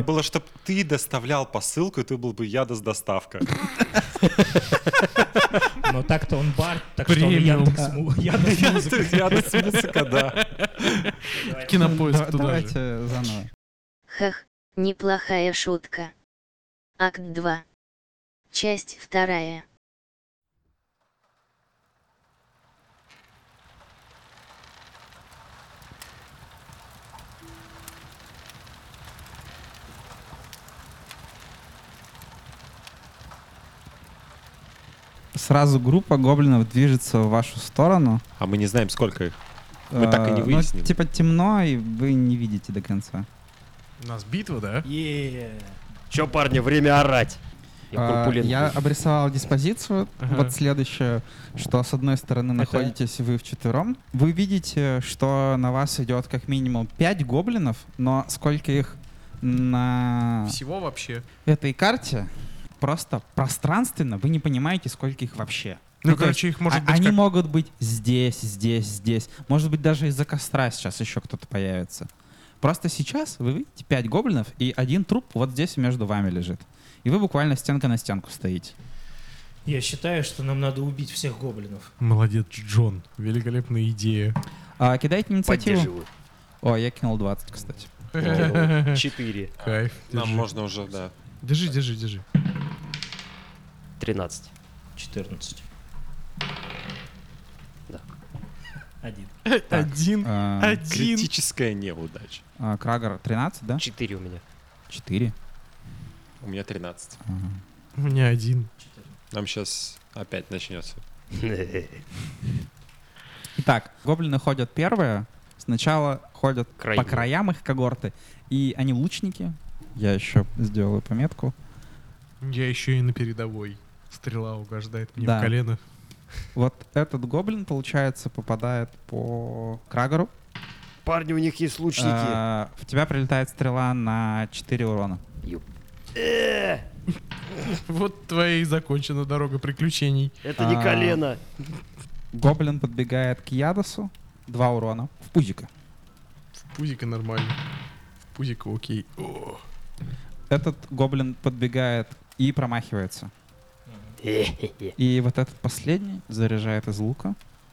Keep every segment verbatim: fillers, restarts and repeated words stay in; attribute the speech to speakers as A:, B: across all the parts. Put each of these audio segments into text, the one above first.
A: было, чтобы ты доставлял посылку, и ты был бы Ядос-доставка.
B: Но так-то он бар, так что он Яндекс.Музыка.
A: Яндекс.Музыка, да.
C: Кинопоиск туда же.
D: Давайте заново.
E: Хах, неплохая шутка. Акт два. Часть вторая.
D: Сразу группа гоблинов движется в вашу сторону.
A: А мы не знаем, сколько их. Мы так и не
D: Э,
A: выяснили.
D: Ну, типа темно, и вы не видите до конца.
C: У нас битва, да?
B: Е.
F: Чё, парни, время орать. Я
D: А,
F: курпулент.
D: Я обрисовал диспозицию.
C: Ага.
D: Вот следующее, что с одной стороны находитесь вы вчетвером. Вы видите, что на вас идет как минимум пять гоблинов, но сколько их на
C: Всего вообще.
D: этой карте, просто пространственно вы не понимаете, сколько их вообще.
C: Ну,
D: то
C: короче,
D: есть,
C: их может
D: а-
C: быть
D: Они
C: как-
D: могут быть здесь, здесь, здесь. Может быть, даже из-за костра сейчас еще кто-то появится. Просто сейчас вы видите пять гоблинов, и один труп вот здесь между вами лежит. И вы буквально стенка на стенку стоите.
B: Я считаю, что нам надо убить всех гоблинов.
C: Молодец, Джон. Великолепная идея.
D: А, кидайте инициативу.
F: Поддерживаю.
D: О, я кинул двадцать, кстати.
F: Четыре.
C: Кайф.
A: Нам
C: Держи.
A: можно уже, да.
C: Держи, держи, держи.
F: Тринадцать.
B: четырнадцать.
F: Да.
B: Один.
C: Один.
D: А,
C: Один.
A: Критическая неудача.
D: а, Крагер тринадцать, да?
F: Четыре у меня.
D: четыре.
A: У меня тринадцать.
C: У меня один.
A: Нам сейчас опять начнется.
D: Итак, гоблины ходят первые. Сначала ходят
F: Крайние.
D: по краям их когорты. И они лучники. Я еще сделаю пометку.
C: Я еще и на передовой. Стрела угождает мне
D: Да.
C: в колено.
D: Вот этот гоблин, получается, попадает по Крагеру.
F: Парни, у них есть лучники.
D: А, в тебя прилетает стрела на четыре урона.
F: Э,
C: Вот твоя и закончена дорога приключений.
F: Это не
D: А.
F: колено.
D: Гоблин подбегает к Ядосу. Два урона. В пузико.
C: В пузико нормально. В пузико окей. О,
D: Этот гоблин подбегает и промахивается.
F: Хе-хе-хе.
D: И вот этот последний заряжает из лука.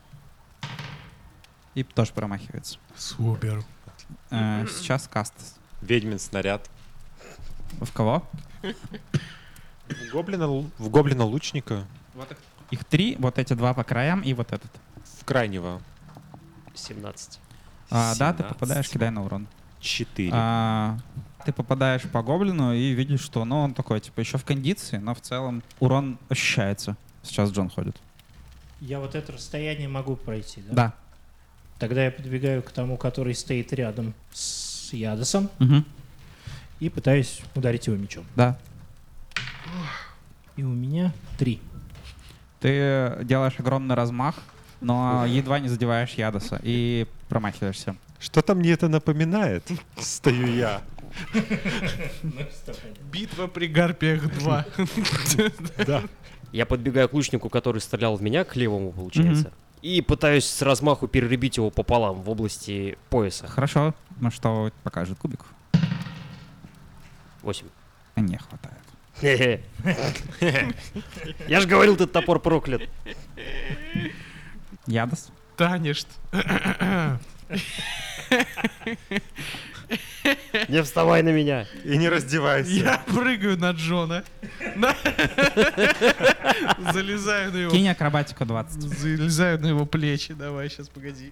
D: И тоже промахивается.
C: супер.
D: Э, сейчас каст.
A: Ведьмин снаряд.
D: В кого?
A: В гоблина, лу- в гоблина лучника.
D: Их три, вот эти два по краям и вот этот.
A: В крайнего.
F: Семнадцать.
D: А, да, ты
A: семнадцать.
D: попадаешь, кидай на урон.
A: Четыре.
D: А, ты попадаешь по гоблину и видишь, что ну, он такой, типа, еще в кондиции, но в целом урон ощущается. Сейчас Джон ходит.
B: Я вот это расстояние могу пройти, да?
D: Да.
B: Тогда я подбегаю к тому, который стоит рядом с Ядосом,
D: Мгм.
B: и пытаюсь ударить его мечом.
D: Да.
B: И у меня три.
D: Ты делаешь огромный размах, но едва не задеваешь Ядоса и промахиваешься.
A: Что-то мне это напоминает. Стою я.
C: Битва при Гарпиях два.
F: Я подбегаю к лучнику, который стрелял в меня, к левому, получается. И пытаюсь с размаху перерубить его пополам в области пояса.
D: Хорошо. Ну что покажет кубик?
F: Восемь.
D: Не хватает.
F: Хе-хе. Я же говорил, этот топор проклят.
D: Ядос?
C: Танешт.
F: Не вставай на меня.
A: И не раздевайся.
C: Я прыгаю на Джона. На- Залезаю на его...
D: Кинь акробатику двадцать.
C: Залезаю на его плечи. Давай, сейчас, погоди.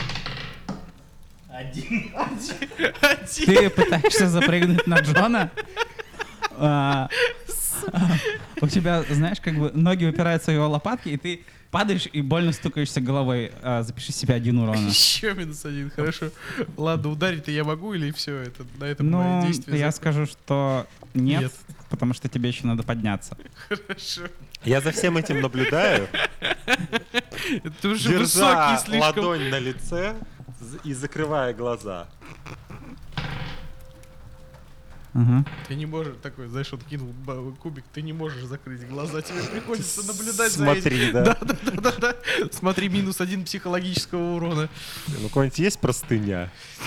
B: Один.
C: Один.
D: Ты пытаешься запрыгнуть на Джона? А, У тебя, знаешь, как бы ноги упираются в его лопатки, и ты падаешь и больно стукаешься головой. А, Запиши себе один урон.
C: Еще минус один, хорошо. Ладно, ударить-то я могу или все это? На этом
D: Ну,
C: мои действия
D: я
C: зак-
D: скажу, что нет,
C: Нет.
D: потому что тебе еще надо подняться.
C: Хорошо.
A: Я за всем этим наблюдаю,
C: Это уже
A: держа
C: высокий слишком.
A: ладонь на лице, з- и закрывая глаза.
C: Один.
D: Ты, ты пытаешься запрыгнуть на Джона?
C: Один.
D: А, У тебя, знаешь, как бы ноги упираются в его лопатки, и ты падаешь и больно стукаешься головой. А, Запиши себе один урон. Ага.
C: Ты не можешь, такой, знаешь, он кинул ба- кубик, ты не можешь закрыть глаза, тебе приходится наблюдать за этим.
A: Смотри, да.
C: Да, да, да, да, да. Смотри, минус один психологического урона.
A: Ну, какой-нибудь есть простыня?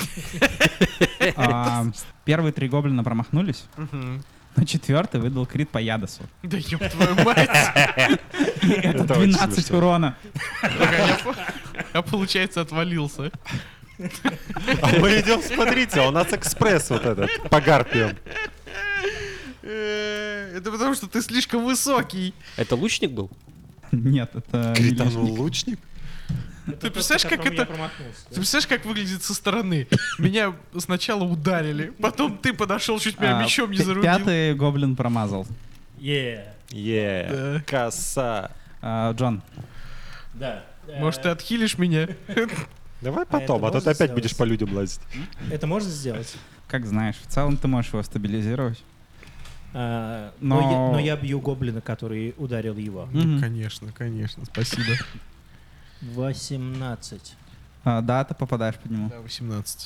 D: А, Первые три гоблина промахнулись,
C: Мгм.
D: но четвертый выдал крит по Ядосу.
C: Да ёб твою мать.
D: Это
A: Это очень
D: двенадцать
A: смешно.
D: урона.
C: Так, а я по- Я, получается, отвалился.
A: А мы идем, смотрите, у нас экспресс вот этот, по гарпиям.
C: Э, Это потому, что ты слишком высокий.
F: Это лучник был?
D: Нет, это
A: Кританул
D: милишник.
A: лучник?
C: Ты представляешь, как это... Ты представляешь, как выглядит со стороны? Меня сначала ударили, потом ты подошел, чуть меня
D: А,
C: мечом не
D: пя-
C: зарубил.
D: Пятый гоблин промазал.
B: Е,
A: Е,
C: Да.
A: коса.
D: А, Джон,
B: да.
C: Может, ты
B: Э,
C: отхилишь меня?
A: Давай
B: это
A: потом, а то
B: можно
A: ты опять
B: сделать?
A: будешь по людям лазить.
B: Это можно сделать?
D: как знаешь, в целом ты можешь его стабилизировать.
B: А,
D: Но-
B: но... я, но я бью гоблина, который ударил его.
D: Мгм.
C: Ну, конечно, конечно, спасибо.
B: восемнадцать.
D: А, да, ты попадаешь по нему.
C: Да, восемнадцать.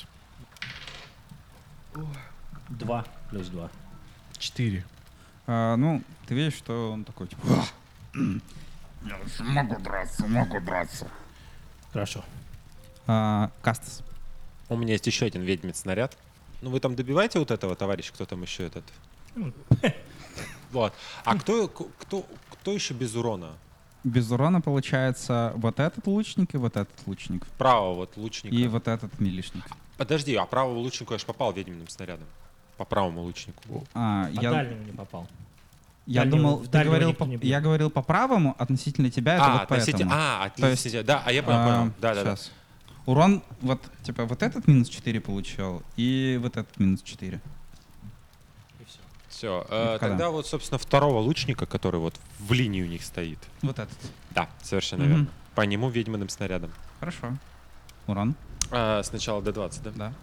B: два плюс два.
C: четыре.
D: А, ну, ты видишь, что он такой, типа,
G: Я могу драться, могу драться.
B: Хорошо.
D: а, Кастас.
A: У меня есть еще один ведьмин снаряд. Ну вы там добиваете вот этого товарища, кто там еще этот? Вот. А кто, кто, кто еще без урона?
D: Без урона получается вот этот лучник и вот этот лучник.
A: Правого вот лучника.
D: И вот этот милишник.
A: Подожди, а правого лучнику я же попал ведьминым снарядом. По правому лучнику.
D: А,
B: По
D: я
B: дальнему не попал.
D: я
B: дальнего-
D: думал,
B: в
D: ты
B: дальнего
D: говорил
B: никто
D: по,
B: не бьет.
D: я говорил по правому относительно тебя, это
A: А,
D: вот
A: относительно,
D: поэтому.
A: а,
D: То есть,
A: относительно, да, а я понял,
D: А,
A: понял. Да, да, да.
D: щас. Урон, вот, типа, вот этот минус четыре получил, и вот этот минус четыре.
B: И все.
A: Все,
D: когда?
A: тогда вот, собственно, второго лучника, который вот в линии у них стоит.
D: Вот этот.
A: Да, совершенно
D: Мгм.
A: верно. По нему ведьминым снарядом.
D: Хорошо. Урон,
A: А, сначала Д двадцать, да?
D: да.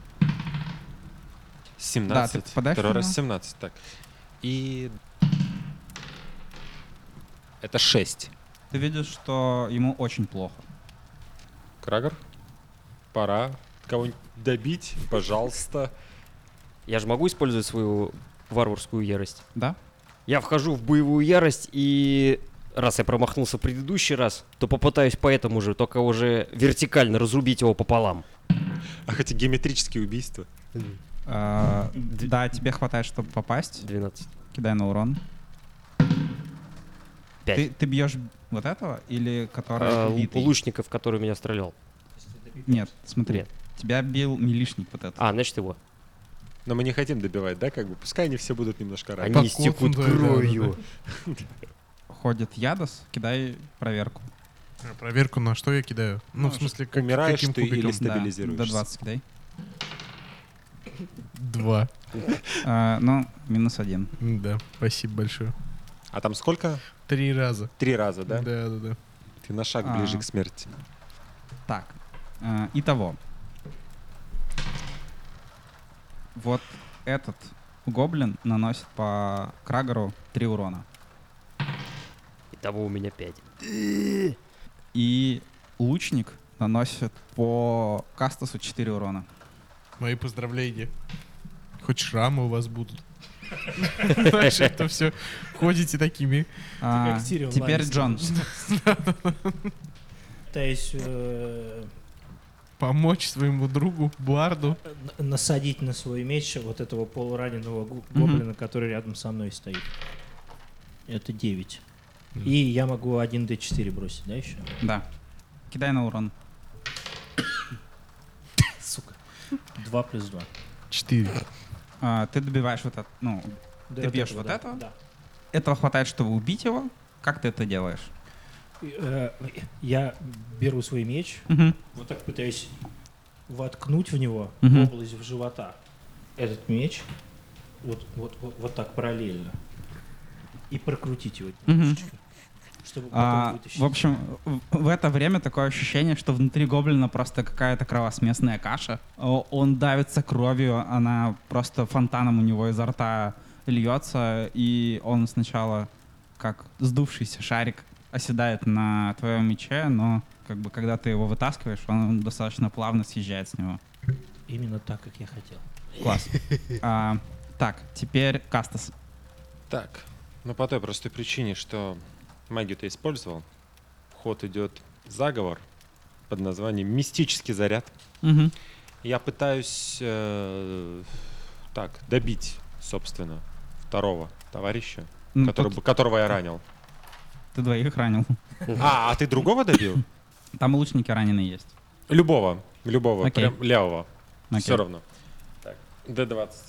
A: семнадцать.
D: Да, ты попадаешь
A: Второй
D: в
A: раз
D: него?
A: семнадцать, так. И... Это шесть.
D: Ты видишь, что ему очень плохо.
A: Крагер, пора кого-нибудь добить, пожалуйста.
F: Я же могу использовать свою варварскую ярость.
D: Да?
F: Я вхожу в боевую ярость, и раз я промахнулся в предыдущий раз, то попытаюсь по этому же, только уже вертикально разрубить его пополам.
A: Ах, эти геометрические убийства.
D: А, да, тебе хватает, чтобы попасть.
F: двенадцать.
D: Кидай на урон.
F: пять.
D: Ты, ты бьешь вот этого или который
F: А,
D: убитый?
F: лучника, в который меня стрелял.
D: Нет, смотри.
F: Нет.
D: Тебя бил милишник вот этот.
F: А, значит его.
A: Но мы не хотим добивать, да, как бы? Пускай они все будут немножко
F: Они
A: ранены.
F: истекут
C: да, да, да,
F: кровью.
D: Ходит Ядос, кидай проверку.
C: А, Проверку на что я кидаю? Ну, в смысле, как,
A: Умираешь
C: каким
A: ты или
C: кубиком?
A: ст- Стабилизируешься.
D: Да, до двадцать кидай.
C: Два.
D: А, ну, минус один.
C: М, Да, спасибо большое.
A: А там сколько?
C: Три раза.
A: Три раза, да?
C: Да, да, да.
A: Ты на шаг
D: А.
A: ближе к смерти.
D: Так. а, итого. Вот этот гоблин наносит по Крагеру три урона.
F: Итого у меня пять.
D: И лучник наносит по Кастасу четыре урона.
C: Мои поздравления. Хоть шрамы у вас будут. Знаешь, это все. Ходите такими.
D: А,
B: как Тирион
D: теперь
B: Ланнистер.
D: Джон.
B: Пытаюсь э,
C: Помочь своему другу, Буарду.
B: н- насадить на свой меч вот этого полураненого гу-
D: Мгм.
B: гоблина, который рядом со мной стоит. Это девять. И я могу один дэ четыре бросить, да, еще?
D: Да. Кидай на урон.
B: Сука. два плюс два.
C: Четыре.
D: А, ты добиваешь вот это, ну,
B: Да,
D: Ты
B: вот
D: бьешь
B: этого,
D: вот
B: да,
D: этого?
B: Да.
D: этого хватает, чтобы убить его. Как ты это делаешь?
B: Э, Я беру свой меч,
D: Мгм.
B: вот так пытаюсь воткнуть в него
D: Мгм.
B: в область в живота этот меч, вот, вот, вот, вот так параллельно, и прокрутить его
D: Мгм.
B: немножечко, чтобы потом
D: А,
B: вытащить.
D: в общем, в в это время такое ощущение, что внутри гоблина просто какая-то кровосмесная каша. О- Он давится кровью, она просто фонтаном у него изо рта льется, и он сначала как сдувшийся шарик оседает на твоем мече, но как бы когда ты его вытаскиваешь, он достаточно плавно съезжает с него.
B: Именно так, как я хотел.
D: Класс. А, Так, теперь Кастас.
A: Так, ну по той простой причине, что магию ты использовал. В ход идет заговор под названием «Мистический заряд».
D: Мгм.
A: Я пытаюсь э, так добить, собственно, второго товарища,
D: Ну,
A: который,
D: тут
A: которого я ранил.
D: ты двоих ранил.
A: А, а ты другого добил?
D: Там и лучники раненые есть.
A: Любого, любого,
D: Окей.
A: прям левого.
D: Окей.
A: Все равно. Так, Д двадцать.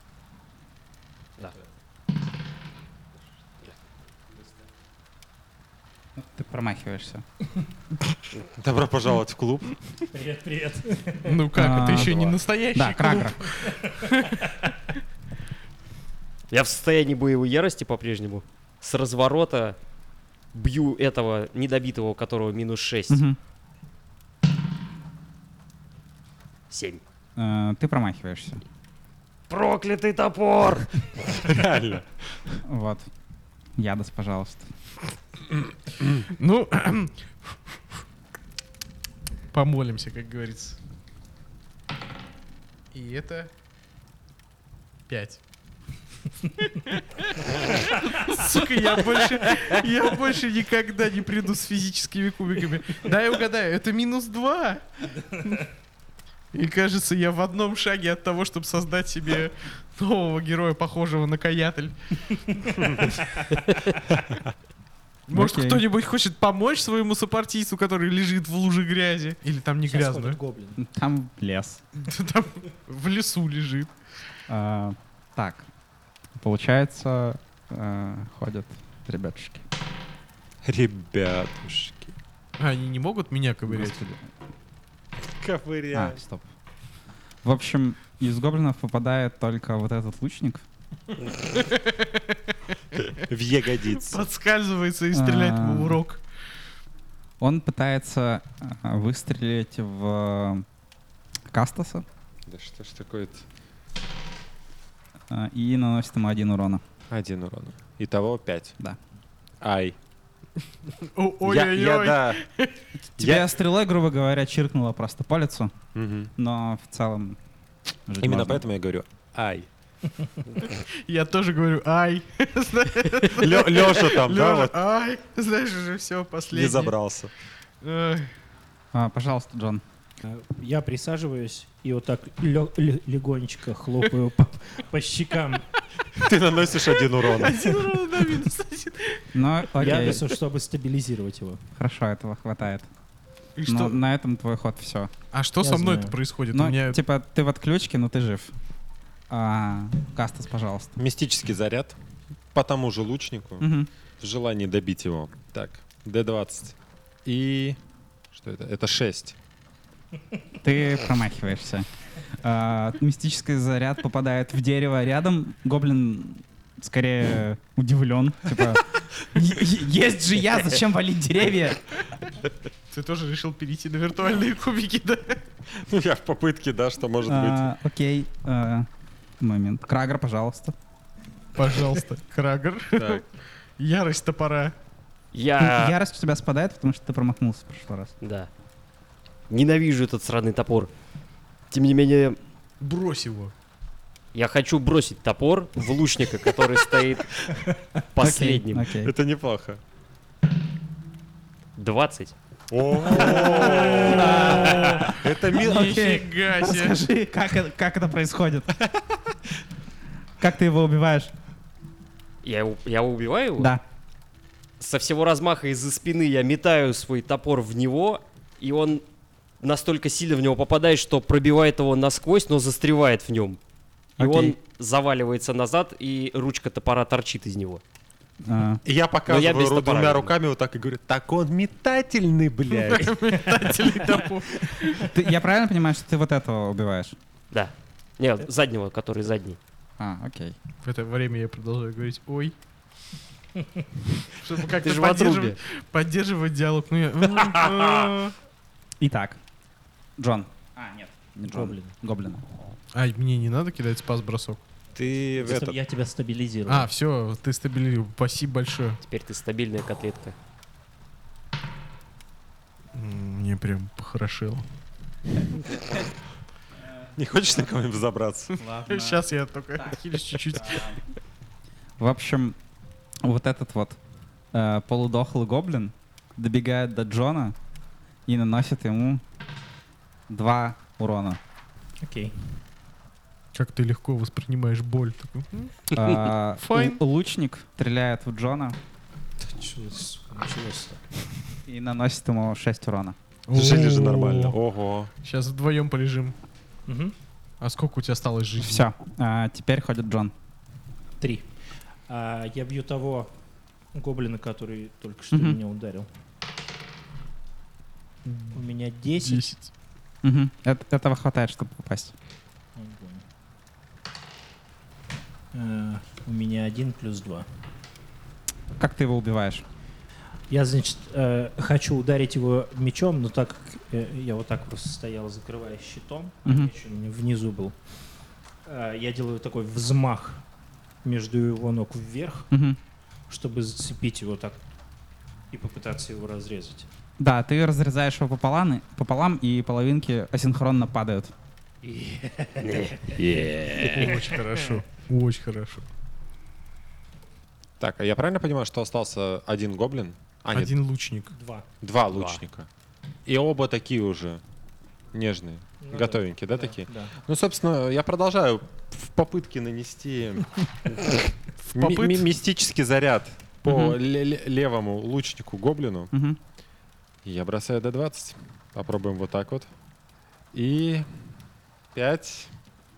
D: Ты промахиваешься.
A: Добро пожаловать в клуб.
B: Привет, привет.
C: Ну как, это
D: А,
C: еще не
A: два.
C: настоящий
D: Да,
C: клуб.
D: Крагер.
F: Я в состоянии боевой ярости по-прежнему. С разворота бью этого недобитого, у которого минус шесть.
D: Мгм.
F: семь.
D: Э, Ты промахиваешься.
F: Проклятый топор!
A: Реально.
D: Вот. Ядос, пожалуйста.
C: Ну, помолимся, как говорится. И это пять. Сука, я больше, я больше никогда не приду с физическими кубиками. Дай угадаю, это минус два. И кажется, я в одном шаге от того, чтобы создать себе нового героя, похожего на Каятель. Может,
D: Окей.
C: кто-нибудь хочет помочь своему сопартийцу, который лежит в луже грязи? Или там не
B: Сейчас
C: грязно?
B: ходит гоблин.
D: Там лес.
C: Там в лесу лежит.
D: Э, Так. Получается, э, ходят ребятушки.
A: Ребятушки.
C: А, они не могут меня ковырять?
D: Господи. А,
A: Ковыряй.
D: стоп. В общем, из гоблинов попадает только вот этот лучник.
A: В ягодицу.
C: Подскальзывается и стреляет
D: А.
C: в урок.
D: Он пытается э, выстрелить в Кастаса
A: Да что ж такое-то?
D: э, и наносит ему один урона.
A: Один урон. Итого пять.
D: Да.
A: Ай.
C: О-
A: Я, я,
C: Ой-ой-ой.
A: да.
D: Тебе
A: Я-
D: стрелой, грубо говоря, чиркнуло просто по лицу,
A: Мгм.
D: но в целом жить
A: Именно
D: можно.
A: поэтому я говорю ай.
C: Я тоже говорю, ай.
A: Леша там, да,
C: Лёша,
A: вот
C: ай. Знаешь, уже все,
A: не
C: последний.
A: забрался.
C: Ай.
D: А, пожалуйста, Джон.
B: А, Я присаживаюсь и вот так лё- лё- легонечко хлопаю по, по щекам
A: Ты наносишь один урон.
C: Один урон на минус один.
D: Ну, окей,
B: Ядосу, чтобы стабилизировать его.
D: хорошо, этого хватает.
C: И
D: Но
C: что?
D: на этом твой ход все.
C: А что
B: Я
C: со мной
B: знаю.
C: это происходит? У
D: Ну,
C: меня
D: типа, ты в отключке, но ты жив. А, Кастас, пожалуйста.
A: Мистический заряд по тому же лучнику
D: Мгм.
A: в желании добить его. Так, Д двадцать. И... Что это? Это шесть.
D: Ты промахиваешься. А, мистический заряд попадает в дерево рядом. Гоблин скорее удивлен. Типа, «Е- е- есть же я, зачем валить деревья?
C: Ты тоже решил перейти на виртуальные кубики, да?
A: Ну, я в попытке, да, что может быть.
D: А, окей. а, момент. Крагер, пожалуйста.
C: Пожалуйста, Крагер.
A: Так.
C: Ярость топора.
F: Я...
D: Ярость у тебя спадает, потому что ты промахнулся в прошлый раз.
F: Да. Ненавижу этот сраный топор. Тем не менее,
C: Брось его.
F: я хочу бросить топор в лучника, который стоит последним.
D: Окей, окей.
A: Это неплохо.
F: двадцать.
A: Это мил...
C: Нифига себе.
D: Расскажи, как, это- как это происходит? Как ты его убиваешь?
F: Я, его- я убиваю его?
D: Да.
F: Со всего размаха из-за спины я метаю свой топор в него, и он настолько сильно в него попадает, что пробивает его насквозь, но застревает в нем. И
D: Окей.
F: он заваливается назад, и ручка топора торчит из него.
D: А,
A: И я показываю
F: без
A: ру-
F: топора,
A: двумя
F: видимо.
A: руками вот так и говорю, так он метательный, блядь.
C: Метательный топор.
D: ты- я правильно понимаю, что ты вот этого убиваешь?
F: Да. Нет, заднего, который задний.
D: А, окей.
C: В это время я продолжаю говорить «Ой». Чтобы
F: Ты
C: как-то
F: же в отрубе.
C: поддерживать, поддерживать диалог. Ну я...
D: Итак, Джон. А, нет, не Джон.
B: Гоблин.
D: Гоблин.
C: Ай, мне не надо кидать спас-бросок.
A: Ты в
B: Стаб-
A: этот...
B: Я тебя стабилизирую.
C: А, все, ты стабилизировал. Спасибо большое.
F: Теперь ты стабильная котлетка.
C: М, Мне прям похорошело.
A: Не хочешь на кого-нибудь забраться?
D: Ладно.
C: Сейчас я только отхилюсь чуть-чуть.
D: В общем, вот этот вот э, полудохлый гоблин добегает до Джона и наносит ему два урона.
B: Окей.
C: Как ты легко воспринимаешь боль. Такой, «М,
D: А,
C: Fine.
D: л- Лучник стреляет в Джона
B: Что началось-то?
D: и наносит ему шесть урона.
A: Жили же нормально.
C: «О,
A: Ого.
C: Сейчас вдвоем полежим.
B: Мгм.
C: А сколько у тебя осталось жизни?
D: Все, теперь ходит Джон.
B: Три. А, я бью того гоблина, который только что
D: Мгм.
B: меня ударил. У меня десять.
C: Десять.
D: Мгм. Эт- этого хватает, чтобы попасть.
B: Огонь. А, у меня один плюс два.
D: Как ты его убиваешь?
B: Я, значит, э, хочу ударить его мечом, но так как э, я вот так просто стоял, закрывая щитом, а
D: Мгм.
B: меч у меня внизу был, э, я делаю такой взмах между его ног вверх,
D: Мгм.
B: чтобы зацепить его так и попытаться его разрезать.
D: Да, ты разрезаешь его пополам, пополам, и половинки асинхронно падают.
B: И
C: Очень хорошо. Очень хорошо.
A: Так, а я правильно понимаю, что остался один гоблин? А, нет,
C: Один лучник.
B: два.
A: два лучника. И оба такие уже нежные,
B: Ну
A: готовенькие, да, такие?
B: Да.
A: Ну, собственно, я продолжаю в попытке нанести ми-
C: попыт-
A: ми- мистический заряд по
D: Мгм.
A: ле- ле- левому лучнику гоблину.
D: Мгм.
A: И я бросаю д двадцать. Попробуем вот так вот. И пять.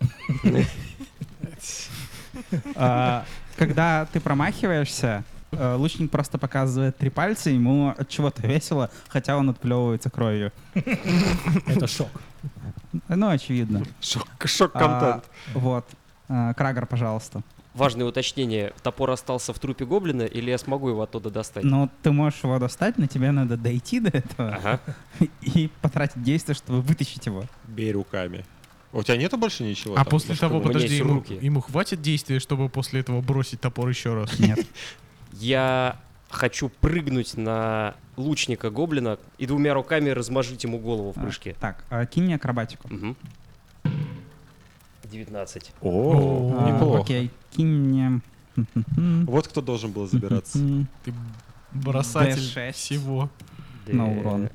D: А, Когда ты промахиваешься, э, лучник просто показывает три пальца, ему от чего-то весело, хотя он отплевывается кровью.
B: Это шок.
D: Ну, очевидно.
A: Шок- Шок-контент.
D: А, Вот. А, Крагер, пожалуйста.
F: Важное уточнение. Топор остался в трупе гоблина, или я смогу его оттуда достать?
D: Ну, ты можешь его достать, но тебе надо дойти до этого
F: Ага.
D: и потратить действие, чтобы вытащить его.
A: Бей руками. У тебя нету больше ничего?
C: А
A: там?
C: после того,
F: у меня
C: подожди,
F: есть
C: ему,
F: руки.
C: ему хватит действия, чтобы после этого бросить топор еще раз?
D: Нет.
F: Я хочу прыгнуть на лучника гоблина и двумя руками размажить ему голову в
D: А,
F: прыжке.
D: Так, а, кинь мне акробатику.
F: Мгм. девятнадцать.
A: О,
D: А,
A: неплохо.
D: Окей, кинь мне...
A: Вот кто должен был забираться.
C: Ты бросатель
D: Д шесть.
C: всего.
D: На урон.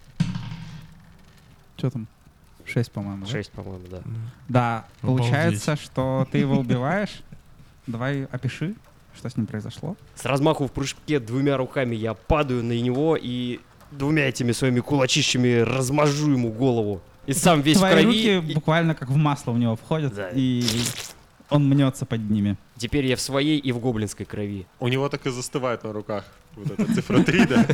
D: Что там? Шесть, по-моему, да?
F: шесть, по-моему, да.
D: Да,
C: Обалдеть.
D: получается, что ты его убиваешь. Давай опиши, что с ним произошло.
F: С размаху в прыжке двумя руками я падаю на него и двумя этими своими кулачищами размажу ему голову. И сам весь
D: Твои
F: в крови.
D: руки
F: и
D: буквально как в масло в него входят,
F: Да.
D: и он мнется под ними.
F: Теперь я в своей и в гоблинской крови.
A: У него так и застывает на руках. Вот эта цифра три, да?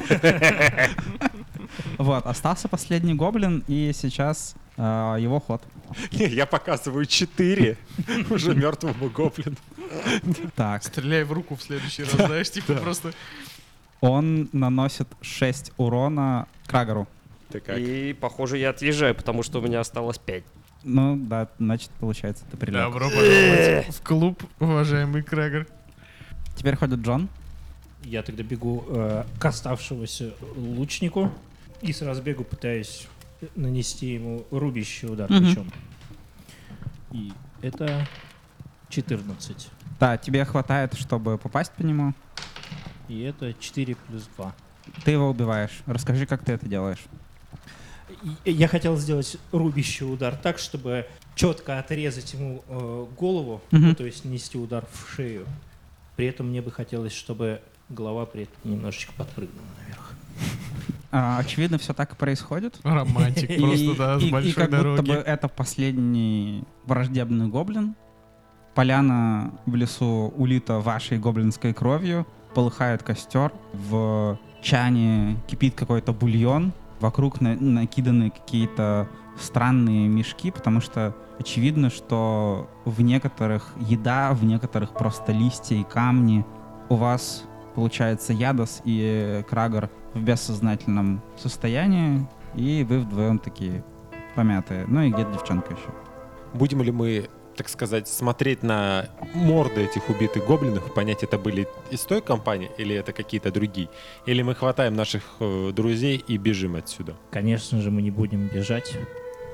D: Вот, остался последний гоблин, и сейчас э, его ход.
A: Не, я показываю четыре уже мертвому гоблину.
D: Так,
C: Стреляй в руку в следующий раз, знаешь, типа просто...
D: он наносит шесть урона Крагеру.
A: Ты как?
F: И, похоже, я отъезжаю, потому что у меня осталось пять.
D: Ну да, значит, получается, ты прилег.
C: Добро пожаловать в клуб, уважаемый Крэгер.
D: Теперь ходит Джон.
B: Я тогда бегу э, к оставшемуся лучнику и с разбегу пытаюсь нанести ему рубящий удар
D: Мгм.
B: мечом. И это четырнадцать.
D: Да, тебе хватает, чтобы попасть по нему.
B: И это четыре плюс два.
D: Ты его убиваешь. Расскажи, как ты это делаешь.
B: И я хотел сделать рубящий удар так, чтобы четко отрезать ему э, голову,
D: Мгм.
B: ну, то есть нанести удар в шею. При этом мне бы хотелось, чтобы голова при этом немножечко подпрыгнула наверх.
D: А, очевидно, все так и происходит.
C: Романтик просто, да, с
D: и- и
C: большой
D: как будто бы
C: дороги.
D: это последний враждебный гоблин. Поляна в лесу улита вашей гоблинской кровью. Полыхает костер. В чане кипит какой-то бульон. Вокруг на- накиданы какие-то странные мешки, потому что очевидно, что в некоторых еда, в некоторых просто листья и камни. У вас получается Ядос и Крагер в бессознательном состоянии, и вы вдвоем такие помятые. Ну и где-то девчонка еще.
A: Будем ли мы, так сказать, смотреть на морды этих убитых гоблинов и понять, это были из той компании или это какие-то другие? Или мы хватаем наших э, друзей и бежим отсюда?
B: Конечно же, мы не будем бежать.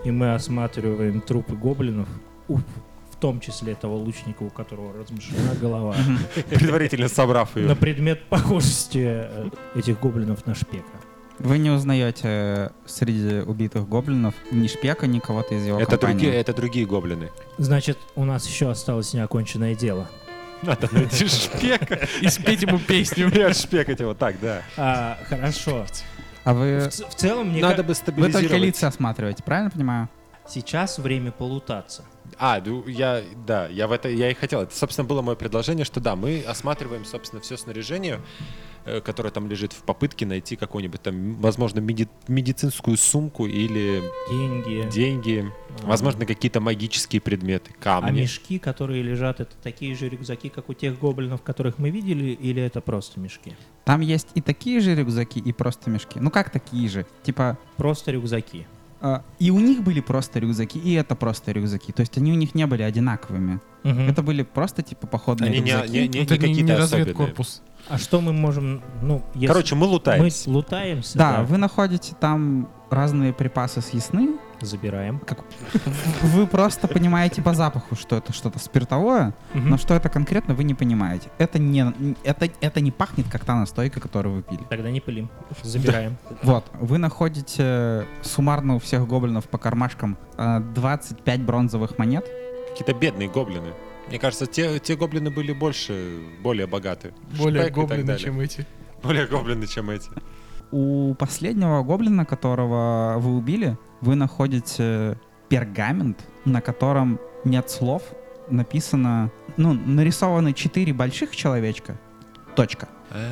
B: и мы осматриваем трупы гоблинов, у- в том числе этого лучника, у которого размышлена голова,
A: Предварительно собрав
B: на
A: ее.
B: предмет похожести э, этих гоблинов на шпека.
D: Вы не узнаете среди убитых гоблинов ни шпека, ни кого-то из его
A: Это
D: компании.
A: другие, это другие гоблины.
B: Значит, у нас еще осталось неоконченное дело.
A: Надо найти шпека
C: И спеть ему песню.
A: и отшпекать его. Так, да.
B: А, хорошо.
D: А
B: В,
D: вы,
B: ц- в целом, мне
A: Надо
B: ка-
A: бы
D: вы
A: стабилизировать.
D: только лица осматриваете, правильно понимаю?
B: сейчас время полутаться.
A: А, ну, я, да, я в это, я и хотел. Это, собственно, было мое предложение, что да, мы осматриваем, собственно, все снаряжение, э, которое там лежит, в попытке найти какую-нибудь там, возможно, меди- медицинскую сумку или
B: Деньги.
A: деньги,
B: А.
A: возможно, какие-то магические предметы,
B: А
A: камни.
B: мешки, которые лежат, это такие же рюкзаки, как у тех гоблинов, которых мы видели, или это просто мешки?
D: Там есть и такие же рюкзаки, и просто мешки. Ну как такие же? Типа,
B: Просто рюкзаки.
D: э, и у них были просто рюкзаки, и это просто рюкзаки. То есть они у них не были одинаковыми.
B: Мгм.
D: Это были просто типа походные
A: Они не,
D: рюкзаки.
A: не, не-
C: Вот
A: не
C: это не
A: какие-то
C: разведкорпус.
B: А что мы можем, ну, если
A: Короче, мы
B: мы
A: лутаемся.
B: лутаемся,
D: Да, вы находите там разные припасы съестные.
B: забираем.
D: Как... Вы просто понимаете по запаху, что это что-то спиртовое,
B: Мгм.
D: но что это конкретно, вы не понимаете. Это не, это, это не пахнет, как та настойка, которую вы пили.
B: Тогда не пылим. Забираем.
D: Вот, вы находите суммарно у всех гоблинов по кармашкам э, двадцать пять бронзовых монет.
A: Какие-то бедные гоблины. Мне кажется, те, те гоблины были больше, более богаты.
C: Более
A: Шпек и так
C: гоблины,
A: далее.
C: чем эти.
A: Более гоблины, чем эти.
D: У последнего гоблина, которого вы убили, вы находите пергамент, на котором нет слов, написано, ну, нарисованы четыре больших человечка. Точка.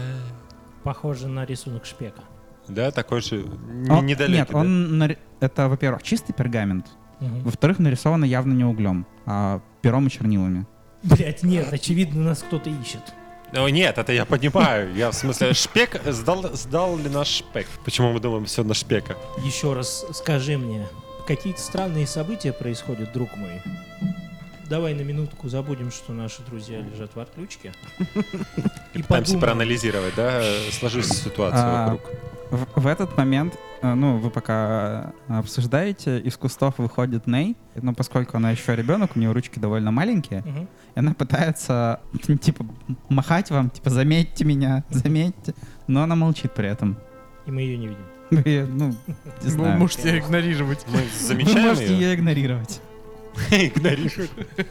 B: Похоже на рисунок шпека.
A: Да, такой же не-
D: Он-
A: недалекий.
D: Нет,
A: да?
D: он нари- это, во-первых, чистый пергамент,
B: Мгм.
D: во-вторых, нарисовано явно не углем, а пером и чернилами.
B: Блять, нет, очевидно, нас кто-то ищет.
A: О, нет, это я понимаю. Я в смысле, шпек, сдал, сдал ли наш шпек? Почему мы думаем все на шпека?
B: Еще раз скажи мне, какие-то странные события происходят, друг мой? Давай на минутку забудем, что наши друзья лежат в отключке. И
A: Пытаемся
B: подумаем.
A: проанализировать, да, сложившуюся ситуацию
D: А,
A: вокруг.
D: В, в этот момент, э, ну, вы пока э, обсуждаете, из кустов выходит Ней, но поскольку она еще ребенок, у нее ручки довольно маленькие,
B: Мгм.
D: и она пытается, типа, махать вам, типа, заметьте меня, заметьте, но она молчит при этом.
B: И мы ее не видим.
D: Вы, ну, не
C: Вы
D: знаю.
C: можете игнорировать.
A: Мы
D: Вы
A: замечаем
D: можете
A: ее?
D: ее игнорировать.
A: Игнорируем.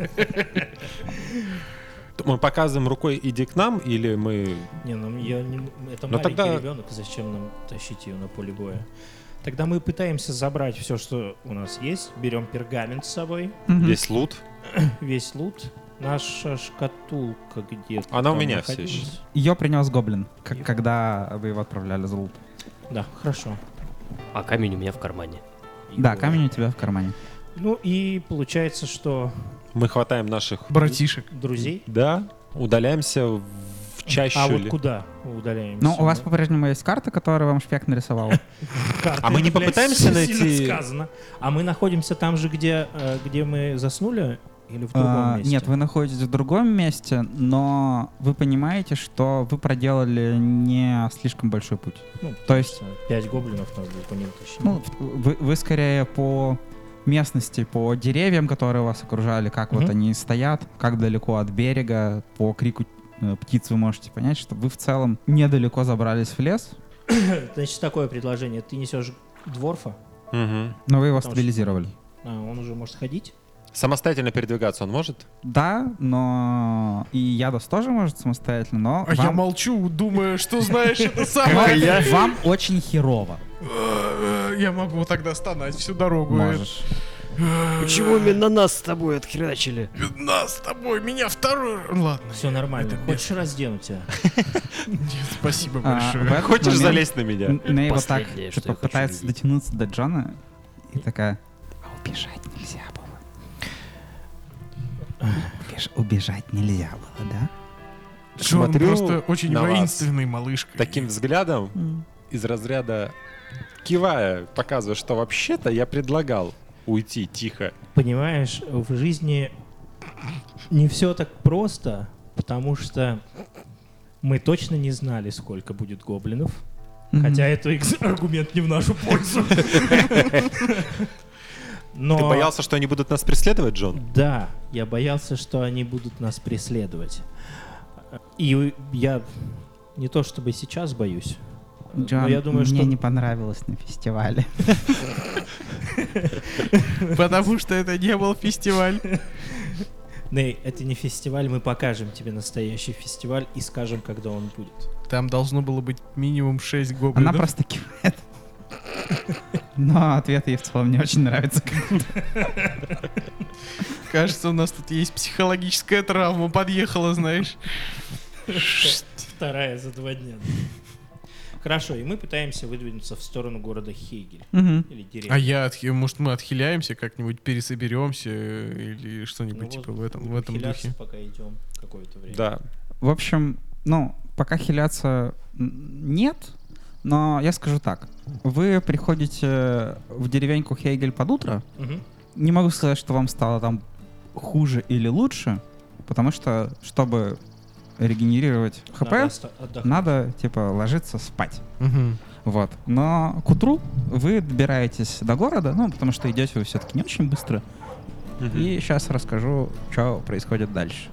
A: Мы показываем рукой «иди к нам» или мы...
B: Не, ну я не... это
A: Но
B: маленький
A: тогда-
B: ребенок, зачем нам тащить ее на поле боя? Тогда мы пытаемся забрать все, что у нас есть. Берем пергамент с собой,
D: Мгм.
A: Весь лут?
B: весь лут. Наша шкатулка где-то.
A: Она у
B: там
A: меня всё
B: находилась.
A: ещё.
D: Ее принес гоблин, к- когда вы его отправляли за лут.
B: Да, хорошо.
F: А камень у меня в кармане.
D: Да, камень у тебя в кармане.
B: Ну и получается, что
A: Мы хватаем наших...
C: Братишек.
B: друзей.
A: Да, удаляемся в чащу
B: А вот
A: ли.
B: куда удаляемся?
D: Ну, у вас
B: Мы-
D: по-прежнему есть карта, которую вам шпек нарисовал.
B: Карта,
A: А мы не
B: это, блядь,
A: попытаемся
B: сильно
A: найти-
B: сказано. А мы находимся там же, где, э, где мы заснули, или в другом
D: А,
B: месте?
D: Нет, вы находитесь в другом месте, но вы понимаете, что вы проделали не слишком большой путь.
B: Ну,
D: То есть,
B: пять гоблинов надо было по ним тащить.
D: ну, вы, вы скорее по местности, по деревьям, которые вас окружали, как вот
B: Мгм.
D: они стоят, как далеко от берега, по крику э, птиц вы можете понять, что вы в целом недалеко забрались в лес,
B: Значит, такое предложение. Ты несешь дворфа,
A: Мгм.
D: но вы его
B: Потому что-
D: стабилизировали.
B: а он уже может ходить.
A: Самостоятельно передвигаться он может?
D: Да, но и Ядос тоже может самостоятельно, но
C: А я
D: вам,
C: молчу, думаю, что знаешь это
D: вам,
C: самое.
D: вам очень херово.
C: Э, Я могу тогда стонать всю дорогу.
D: Можешь.
F: Почему именно нас с тобой отхерачили?
C: Нас с тобой, меня второй. Ладно.
B: Все нормально.
C: Это
B: Хочешь, раздену тебя?
C: Нет, спасибо
D: А,
C: большое.
D: в этот
A: Хочешь
D: момент
A: залезть на меня?
D: Н- Ней вот так
F: Последнее, что
D: типа,
F: я хочу
D: пытается
F: видеть.
D: дотянуться до Джона и такая, а убежать нельзя было. Убеж- убежать нельзя было, да?
C: Джон
A: Смотрю
C: просто очень
A: на вас.
C: воинственный малышка.
A: Таким взглядом из разряда кивая, показывая, что вообще-то я предлагал уйти тихо.
B: Понимаешь, в жизни не все так просто, потому что мы точно не знали, сколько будет гоблинов.
D: Мгм.
B: Хотя это экс- аргумент не в нашу пользу. Но...
A: Ты боялся, что они будут нас преследовать, Джон?
B: Да, я боялся, что они будут нас преследовать. И я не то чтобы сейчас боюсь,
D: Джон,
B: но я думаю,
D: мне
B: что...
D: не понравилось на фестивале.
C: Потому что это не был фестиваль.
B: Ней, это не фестиваль, мы покажем тебе настоящий фестиваль и скажем, когда он будет.
C: Там должно было быть минимум шесть гоблинов.
D: Она просто кивает. Но ответ ей в целом не очень нравится.
C: Кажется, у нас тут есть психологическая травма. Подъехала, знаешь.
B: Вторая за два дня. Хорошо, и мы пытаемся выдвинуться в сторону города Хейгель.
D: Мгм.
B: Или деревни.
C: А я, отхи- может, мы отхиляемся как-нибудь, пересоберемся или
B: Ну
C: что-нибудь
B: вот
C: типа в этом, в
B: будем
C: этом
B: хиляться,
C: духе.
B: пока идем какое-то время.
A: Да.
D: В общем, ну, пока хиляться н- нет, но я скажу так. Вы приходите в деревеньку Хейгель под утро.
B: Мгм.
D: Не могу сказать, что вам стало там хуже или лучше, потому что, чтобы регенерировать
B: Надо
D: ХП,
B: оста- отдохнуть.
D: надо, типа, ложиться спать.
C: Мгм.
D: Вот. Но к утру вы добираетесь до города, ну, потому что идете вы все-таки не очень быстро.
A: Мгм.
D: И сейчас расскажу, что происходит дальше.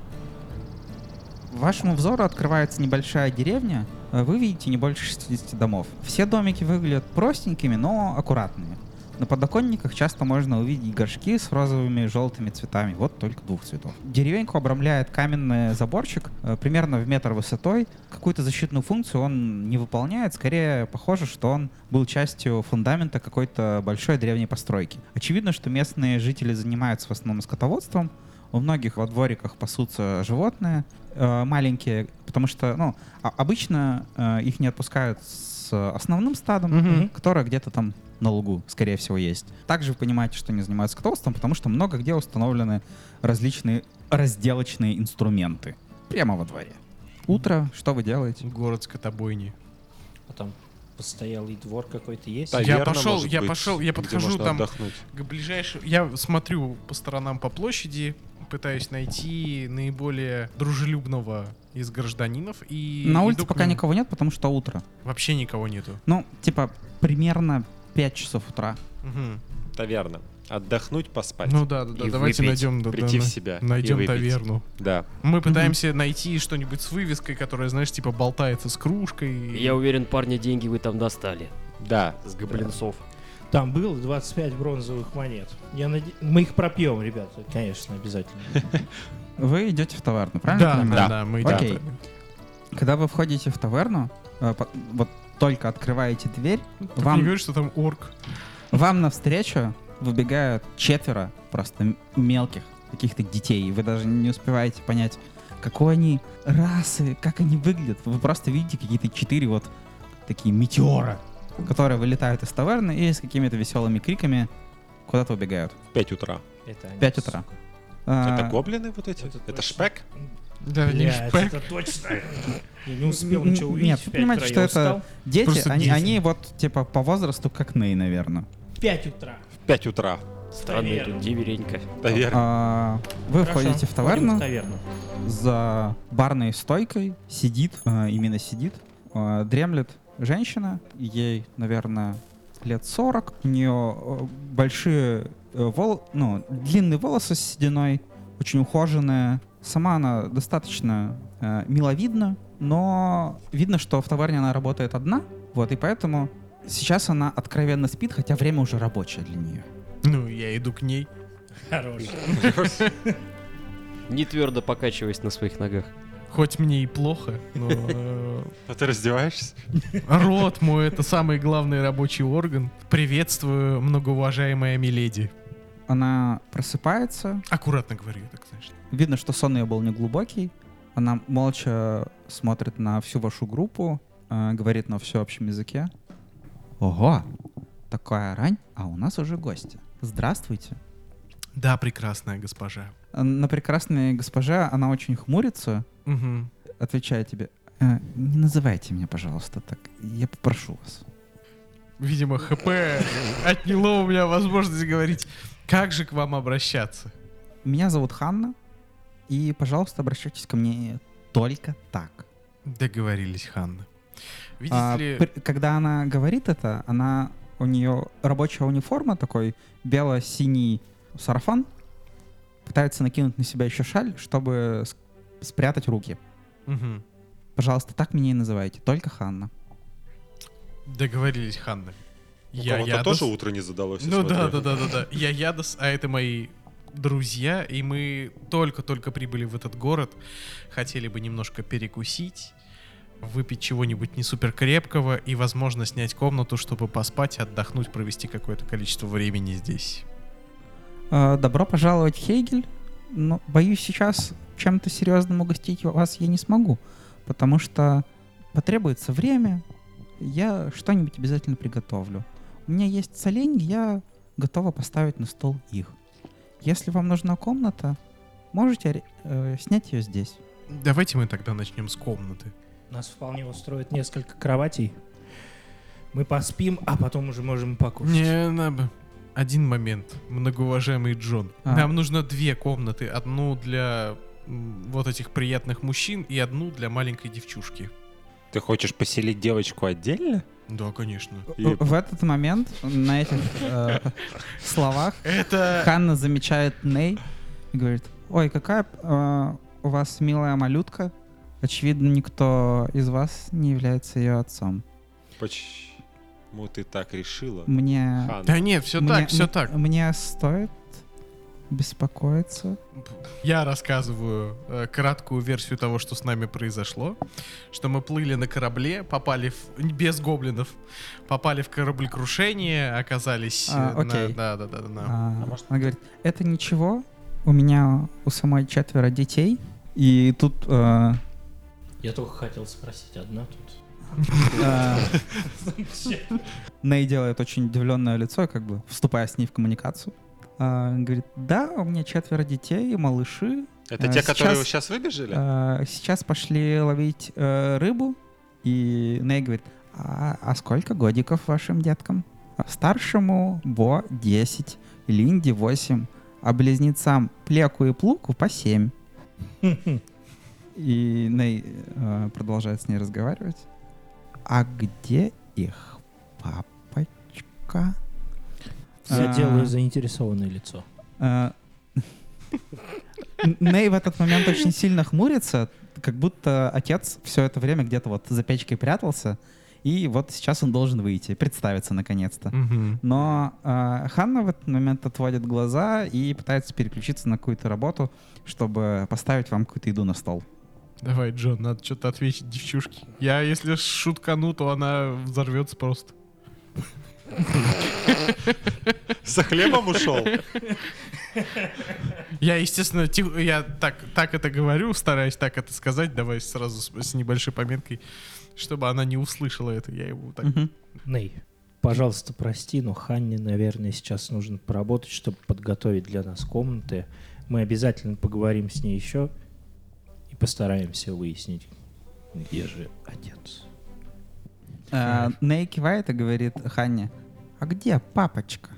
D: Вашему взору открывается небольшая деревня. э, Вы видите не больше шестидесяти домов. Все домики выглядят простенькими, но аккуратными. На подоконниках часто можно увидеть горшки с розовыми и желтыми цветами. Вот только двух цветов. Деревеньку обрамляет каменный заборчик, э, примерно в метр высотой. Какую-то защитную функцию он не выполняет. Скорее, похоже, что он был частью фундамента какой-то большой древней постройки. Очевидно, что местные жители занимаются в основном скотоводством. У многих во двориках пасутся животные э, маленькие, потому что, ну, а- обычно э, их не отпускают с основным стадом,
C: Мгм.
D: которое где-то там на лугу, скорее всего, есть. Также вы понимаете, что они занимаются скотоводством, потому что много где установлены различные разделочные инструменты. Прямо во дворе. Утро, что вы делаете?
C: Город скотобойни.
B: А там постоялый двор какой-то есть?
C: Я
A: Таверна,
C: пошел,
A: может
C: я
A: быть,
C: пошел, я
A: где
C: подхожу
A: можно
C: там
A: отдохнуть.
C: к ближайшему. Я смотрю по сторонам по площади, пытаюсь найти наиболее дружелюбного из гражданинов и
D: На
C: иду
D: улице
C: к
D: пока
C: нему.
D: никого нет, потому что утро.
C: Вообще никого нету.
D: Ну, типа, примерно пять часов утра.
C: Мгм.
A: Таверна. Отдохнуть, поспать.
C: Ну да, да, да.
F: И
C: Давайте
F: выпить.
C: найдем, да,
A: Прийти
C: да,
A: в
C: на-
A: себя и
C: найдем
A: выпить.
C: таверну.
A: Да.
C: Мы пытаемся найти что-нибудь с вывеской, которая, знаешь, типа болтается с кружкой.
F: Я уверен, парни, деньги вы там достали.
A: Да.
F: С гоблинцов.
B: Там было двадцать пять бронзовых монет. Я наде... Мы их пропьем, ребята, конечно, обязательно.
D: Вы идете в таверну, правильно? я
C: Да,
D: понимаю?
C: да, да, мы идем.
D: Окей. Когда вы входите в таверну, э, по- вот только открываете дверь,
C: Ты
D: вам,
C: не говоришь, что там орк.
D: вам навстречу выбегают четверо просто м- мелких каких-то детей. И вы даже не успеваете понять, какой они расы, как они выглядят. Вы просто видите какие-то четыре вот такие метеора, которые вылетают из таверны и с какими-то веселыми криками куда-то убегают.
A: В пять утра.
B: Это они,
D: Пять утра.
B: сука.
D: А,
A: Это гоблины вот эти?
B: это
A: Это
B: точно.
A: шпек?
C: Да, не
B: Блядь,
C: шпек.
B: это точно. Я не успел
D: Н-
B: ничего
D: нет,
B: увидеть.
D: вы
B: в пять
D: понимаете,
B: утра
D: что
B: я
D: это
B: устал.
D: дети,
C: Просто
D: они,
C: дети.
D: они вот типа по возрасту как Ней, наверное.
B: В пять утра.
A: В пять утра.
F: Странная
B: Таверна.
F: тут деверенька.
A: Таверна.
D: А, вы
B: Хорошо,
D: входите в
B: входим
D: таверну,
B: в таверну.
D: за барной стойкой сидит, а, именно сидит, а, дремлет женщина, ей, наверное, лет сорок. У нее э, большие, э, вол... ну, длинные волосы с сединой, очень ухоженные. Сама она достаточно э, миловидна, но видно, что в таверне она работает одна, вот, и поэтому сейчас она откровенно спит, хотя время уже рабочее для нее.
C: Ну, я иду к ней.
B: Хорош.
F: Не твердо покачиваясь на своих ногах.
C: Хоть мне и плохо, но э,
A: А ты раздеваешься?
C: рот мой — это самый главный рабочий орган. Приветствую, многоуважаемая миледи.
D: Она просыпается,
C: Аккуратно говорю, так знаешь.
D: видно, что сон ее был неглубокий. Она молча смотрит на всю вашу группу, э, говорит на всеобщем языке. Ого, такая рань, а у нас уже гости. Здравствуйте.
C: Да, прекрасная госпожа.
D: Э, На прекрасной госпоже она очень хмурится,
C: Мгм.
D: отвечает тебе. «Э, не называйте меня, пожалуйста, так. Я попрошу вас.
C: Видимо, ХП отняло у меня возможность говорить. Как же к вам обращаться?
D: Меня зовут Ханна, и, пожалуйста, обращайтесь ко мне только так.
C: Договорились, Ханна. Видите
D: А,
C: ли...
D: пр- когда она говорит это, она у нее рабочая униформа, такой бело-синий сарафан. Пытается накинуть на себя еще шаль, чтобы с- спрятать руки.
C: Мгм.
D: Пожалуйста, так меня и называйте. Только Ханна.
C: Договорились, Ханна.
A: У
C: Я
A: кого-то
C: Ядос.
A: тоже утро не задалось. я
C: Ну да,
A: смотрю.
C: да, да, да, да. Я Ядос, а это мои друзья, и мы только-только прибыли в этот город. Хотели бы немножко перекусить, выпить чего-нибудь не супер крепкого и, возможно, снять комнату, чтобы поспать, отдохнуть, провести какое-то количество времени здесь.
D: Э, Добро пожаловать в Хейгель. Но, боюсь, сейчас чем-то серьезным угостить вас я не смогу, потому что потребуется время. Я что-нибудь обязательно приготовлю. У меня есть соленья, я готова поставить на стол их. Если вам нужна комната, можете аре- э, снять ее здесь.
C: Давайте мы тогда начнем с комнаты.
B: Нас вполне устроит несколько кроватей. Мы поспим, а потом уже можем покушать.
C: Не, надо. Один момент, многоуважаемый Джон.
D: А.
C: Нам нужно две комнаты. Одну для м, вот этих приятных мужчин и одну для маленькой девчушки.
A: Ты хочешь поселить девочку отдельно?
C: Да, конечно.
A: И-
D: В в этот момент на этих э, словах
C: Это...
D: Ханна замечает Ней и говорит: ой, какая э, у вас милая малютка. Очевидно, никто из вас не является ее отцом.
A: Почему ты так решила?
D: Мне...
A: Ханна?
C: Да нет, все
D: мне-
C: так, все
D: м-
C: так.
D: Мне стоит беспокоиться.
C: Я рассказываю э, краткую версию того, что с нами произошло. Что мы плыли на корабле, попали в... без гоблинов, попали в кораблекрушение, оказались... э,
D: А,
C: на-
D: окей.
C: Да, да, да, да. да.
D: А, Она говорит: это ничего, у меня у самой четверо детей. И тут э,
B: Я только хотел спросить, одна тут?
D: э, Ней делает очень удивленное лицо, как бы вступая с ней в коммуникацию. А, говорит: да, у меня четверо детей, малыши.
A: Это
D: А,
A: те, которые
D: сейчас-
A: сейчас выбежали?
D: А, сейчас пошли ловить э, рыбу. И Ней говорит: а, а сколько годиков вашим деткам? А старшему Бо десять, Линде восемь, а близнецам Плеку и Плуку по семь. И Ней э, продолжает с ней разговаривать. А где их папочка?
B: Я
D: А,
B: делаю заинтересованное лицо.
D: э, Ней в этот момент очень сильно хмурится, как будто отец все это время где-то вот за печкой прятался, и вот сейчас он должен выйти, представиться наконец-то.
C: Мгм.
D: Но э, Ханна в этот момент отводит глаза и пытается переключиться на какую-то работу, чтобы поставить вам какую-то еду на стол.
C: Давай, Джон, надо что-то ответить девчушке. Я, если шуткану, то она взорвется просто.
A: За хлебом ушел?
C: Я, естественно, тих- я так, так это говорю, стараюсь так это сказать, давай сразу с, с небольшой пометкой, чтобы она не услышала это. Я ему так...
D: Мгм.
B: Ней, пожалуйста, прости, но Ханне, наверное, сейчас нужно поработать, чтобы подготовить для нас комнаты. Мы обязательно поговорим с ней еще и постараемся выяснить, где же отец.
D: Э, Ней кивает и говорит Ханне: а где папочка?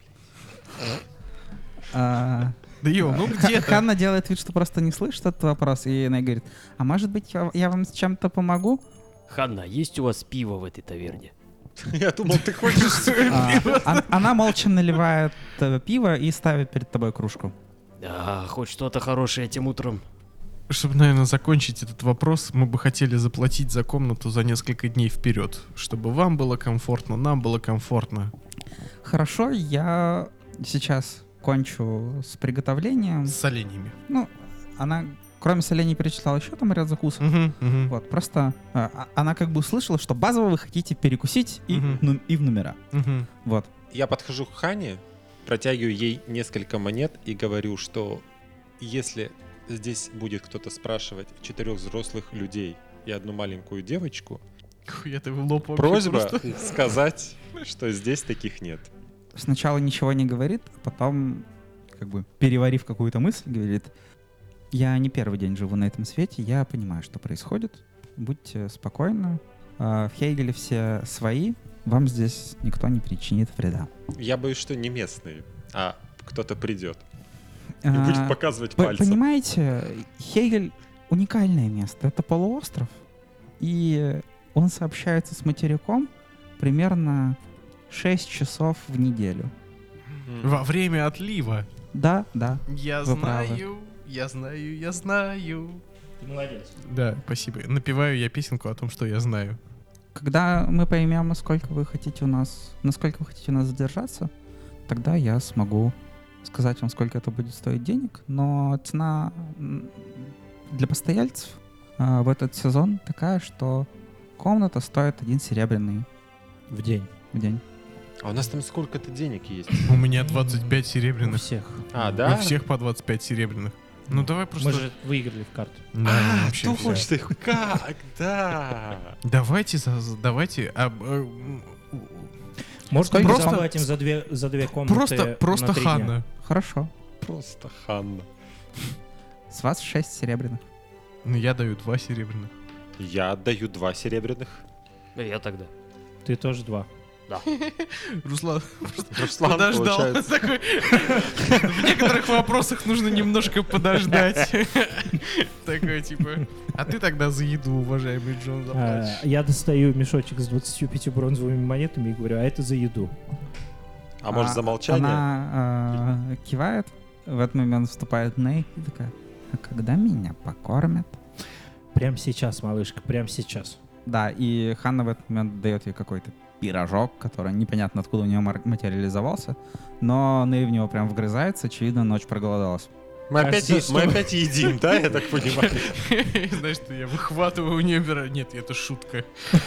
D: А,
C: Да ё, ну
D: Х-
C: где-то.
D: Ханна делает вид, что просто не слышит этот вопрос, и Ней говорит: а может быть, я я вам с чем-то помогу?
F: Ханна, есть у вас пиво в этой таверне?
A: Я думал, ты хочешь...
D: А, он- Она молча наливает э, пиво и ставит перед тобой кружку.
F: Да, хоть что-то хорошее этим утром.
C: Чтобы, наверное, закончить этот вопрос, мы бы хотели заплатить за комнату за несколько дней вперед, чтобы вам было комфортно, нам было комфортно.
D: Хорошо, я сейчас кончу с приготовлением.
C: С соленьями.
D: Ну, она, кроме солений, перечисляла еще там ряд закусок.
C: Мгм, мгм,
D: Вот, просто а, а- она как бы услышала, что базово вы хотите перекусить и,
C: Мгм.
D: ну, и в номера.
C: мгм.
D: Вот.
A: Я подхожу к Хане, протягиваю ей несколько монет и говорю, что если здесь будет кто-то спрашивать четырех взрослых людей и одну маленькую девочку,
C: Хуя ты в лоб вообще
A: просьба
C: просто.
A: сказать, что здесь таких нет.
D: Сначала ничего не говорит, а потом, как бы переварив какую-то мысль, говорит: я не первый день живу на этом свете, я понимаю, что происходит. Будьте спокойны. А, В Хейгеле все свои, вам здесь никто не причинит вреда.
A: Я боюсь, что не местные, а кто-то придет и
D: А,
A: будет показывать
D: П-
A: пальцем.
D: Понимаете, Хейгель — уникальное место. Это полуостров, и он сообщается с материком примерно шесть часов в неделю.
C: Во время отлива.
D: Да, да.
C: Я
D: Вы правы.
C: знаю, я знаю, я знаю.
B: Ты молодец.
C: Да, спасибо. Напеваю я песенку о том, что я знаю.
D: Когда мы поймем, сколько вы хотите у нас, насколько вы хотите у нас задержаться, тогда я смогу сказать вам, сколько это будет стоить денег. Но цена м, для постояльцев а, в этот сезон такая, что комната стоит один серебряный
B: В день.
D: в день.
A: А у нас там сколько-то денег есть?
C: У меня двадцать пять
B: У
C: серебряных.
B: всех.
A: А,
C: У
A: да?
C: всех по двадцать пять серебряных. Ну давай просто...
B: Мы же выиграли в карты.
C: Да,
A: А,
C: вообще всё.
A: точно, как? Да.
C: Давайте, за- за- давайте... а, а,
B: Может,
D: Сколько
B: мы
C: просто-
B: заплатим за две, за две комнаты
C: Просто,
B: на
C: просто
B: три дня?
C: Ханна.
D: Хорошо.
A: Просто Ханна.
D: С вас шесть серебряных.
C: Ну, я даю два серебряных.
A: Я отдаю два серебряных.
F: Ну, я тогда.
B: Ты тоже два.
C: Руслан
A: Руслан,
C: подождал.
A: получается.
C: Такой, в некоторых вопросах нужно немножко подождать. Такой, типа... А ты тогда за еду, уважаемый Джон,
B: А,
C: заплатишь.
B: я достаю мешочек с двадцатью пятью бронзовыми монетами и говорю, а это за еду.
A: А может, за молчание?
D: Она а, кивает, в этот момент вступает Ней и такая, а когда меня покормят?
B: Прямо сейчас, малышка, прямо сейчас.
D: Да, и Ханна в этот момент дает ей какой-то пирожок, который непонятно откуда у нее мар- материализовался, но Ней в него прям вгрызается, очевидно, ночь проголодалась.
A: Мы опять,
B: Кажется,
A: е-
B: что-
A: мы опять едим, да, я так понимаю?
C: Знаешь, что я выхватываю у нее пирог. Нет, это шутка.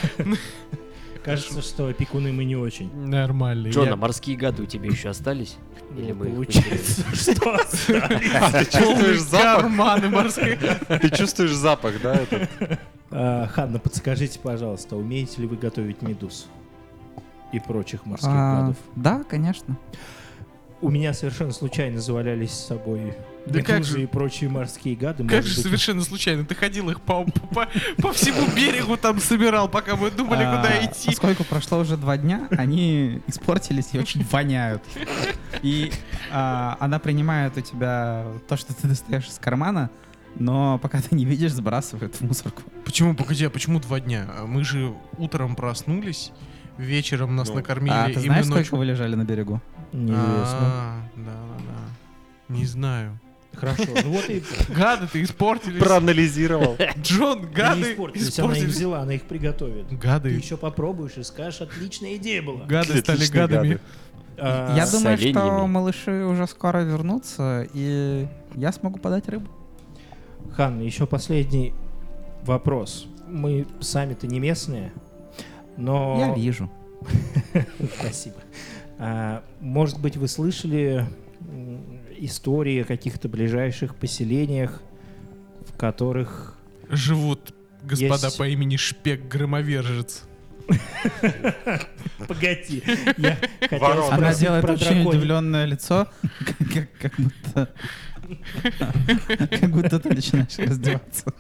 B: Кажется, что опекуны мы не очень.
C: Нормально.
F: Джон,
C: я-
F: а морские гады у тебя еще остались? Или мы их
B: Получается, что остались.
A: А, ты чувствуешь
C: Полные
A: запах?
C: карманы морские.
A: Ты чувствуешь запах, да? этот?
B: А, Ханна, подскажите, пожалуйста, умеете ли вы готовить медуз и прочих морских
D: А,
B: гадов?
D: да, конечно.
B: У меня совершенно случайно завалялись с собой
C: Да как
B: медузы
C: же-
B: и прочие морские гады.
C: Как
B: Может
C: же
B: быть,
C: совершенно случайно. Ты ходил их по, по, по всему берегу там собирал, пока мы думали,
D: А,
C: куда идти.
D: Поскольку прошло уже два дня, они испортились и очень воняют. И а, она принимает у тебя то, что ты достаешь из кармана, но пока ты не видишь, сбрасывает в мусорку.
C: Почему, погоди, а почему два дня? А Мы же утром проснулись, вечером нас
A: Ну,
C: накормили,
D: А ты
C: и мы
D: знаешь, сколько
C: ночью...
D: вы лежали на берегу?
B: неизвестно.
C: А, да, да, да. Не знаю.
B: Хорошо. Ну вот и
C: Гады-то испортились.
A: Проанализировал.
C: Джон,
B: они
C: гады
B: испортились, она их
C: испортились.
B: взяла, она их приготовит. Ты
C: Гады,
B: еще попробуешь и скажешь, отличная идея была.
C: гады стали
A: Отличные
C: гадами.
A: гады.
B: А,
D: Я
F: с
D: думаю, что
F: оленями.
D: малыши уже скоро вернутся, и я смогу подать рыбу.
B: Ханна, еще последний вопрос. Мы сами-то не местные, но...
D: Я вижу.
B: Спасибо. А, может быть, вы слышали м, истории о каких-то ближайших поселениях, в которых...
C: Живут господа
B: Есть.
C: по имени Шпек-Громовержец.
B: Погоди, я хотел
A: Ворота.
D: Она
B: спросить
D: делает
B: про
D: очень
B: драконий-
D: удивленное лицо, как, как будто... Как будто ты начинаешь раздеваться.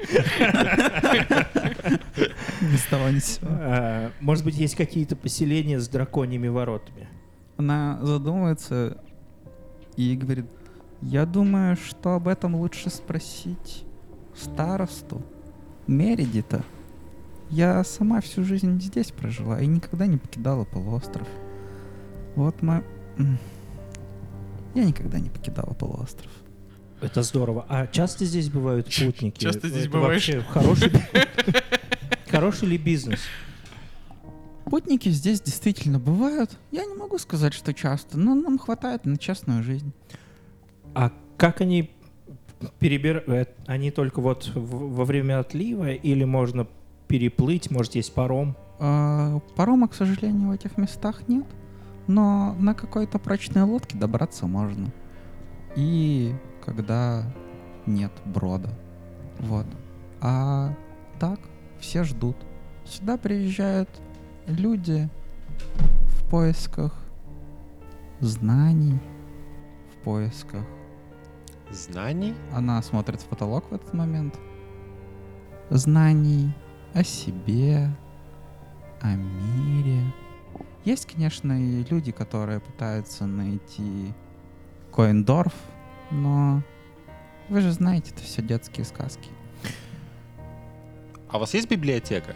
D: Ни с того ни с сего.
B: А, может быть, есть какие-то поселения с драконьими воротами?
D: Она задумывается и говорит, я думаю, что об этом лучше спросить старосту Мередита. Я сама всю жизнь здесь прожила и никогда не покидала полуостров. Вот мы... м, Я никогда не покидала полуостров.
B: Это здорово. А часто здесь бывают путники?
C: Часто здесь
B: Это
C: бываешь?
B: вообще хороший, хороший ли бизнес?
D: Путники здесь действительно бывают. Я не могу сказать, что часто, но нам хватает на честную жизнь.
B: А как они перебирают? Они только вот в- во время отлива или можно переплыть? Может, есть паром?
D: А, парома, к сожалению, в этих местах нет, но на какой-то прочной лодке добраться можно. И когда нет брода. Вот. А так все ждут. Сюда приезжают люди в поисках знаний, в поисках...
A: Знаний?
D: Она смотрит в потолок в этот момент. Знаний о себе, о мире. Есть, конечно, и люди, которые пытаются найти Коэндорф, но вы же знаете, это все детские сказки.
A: а у вас есть библиотека?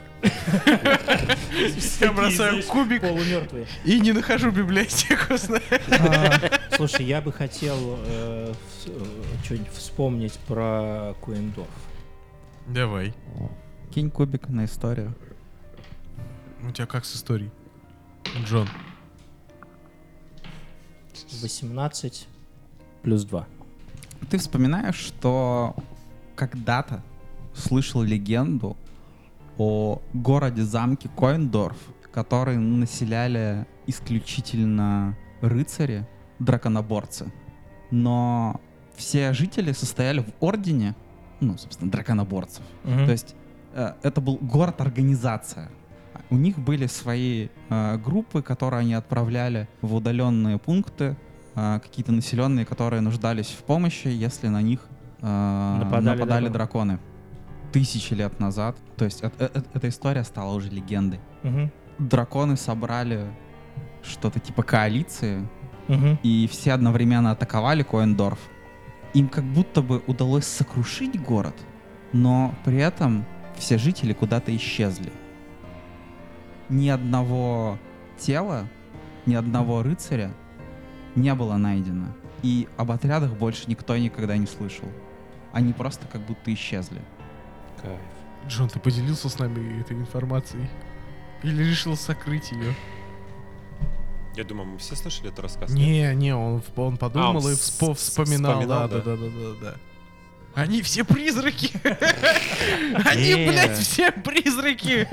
C: Я бросаю кубик
B: Полумертвые.
C: и не нахожу библиотеку, знаешь.
B: А, Слушай, я бы хотел э, вс- э, что-нибудь вспомнить про Куэндорф.
C: Давай.
D: Кинь кубик на историю.
C: У тебя как с историей, Джон?
B: восемнадцать плюс два.
D: Ты вспоминаешь, что когда-то слышал легенду о городе-замке Коэндорф, который населяли исключительно рыцари, драконоборцы. Но все жители состояли в ордене, ну, собственно, драконоборцев. То есть э, это был город-организация. У них были свои э, группы, которые они отправляли в удаленные пункты, э, какие-то населенные, которые нуждались в помощи, если на них э,
B: Нападали
D: нападали,
B: драконы.
D: драконы. Тысячи лет назад. То есть э- э- э- эта история стала уже легендой.
B: Мгм.
D: Драконы собрали что-то типа коалиции,
B: Мгм.
D: и все одновременно атаковали Коэндорф. Им как будто бы удалось сокрушить город, но при этом все жители куда-то исчезли. Ни одного тела, ни одного рыцаря не было найдено. И об отрядах больше никто никогда не слышал. Они просто как будто исчезли.
B: Кайф.
C: Джон, ты поделился с нами этой информацией? Или решил сокрыть ее?
A: Я думаю, мы все слышали этот рассказ. нет?
C: Не, не, он, он подумал
A: А, он
C: и
A: вс-
C: вспо-
A: вс-
C: вспоминал.
A: вспоминал,
C: Да,
A: да?
C: да, да, да, да, да. Они все призраки! Они,
A: Не.
C: блядь, все призраки!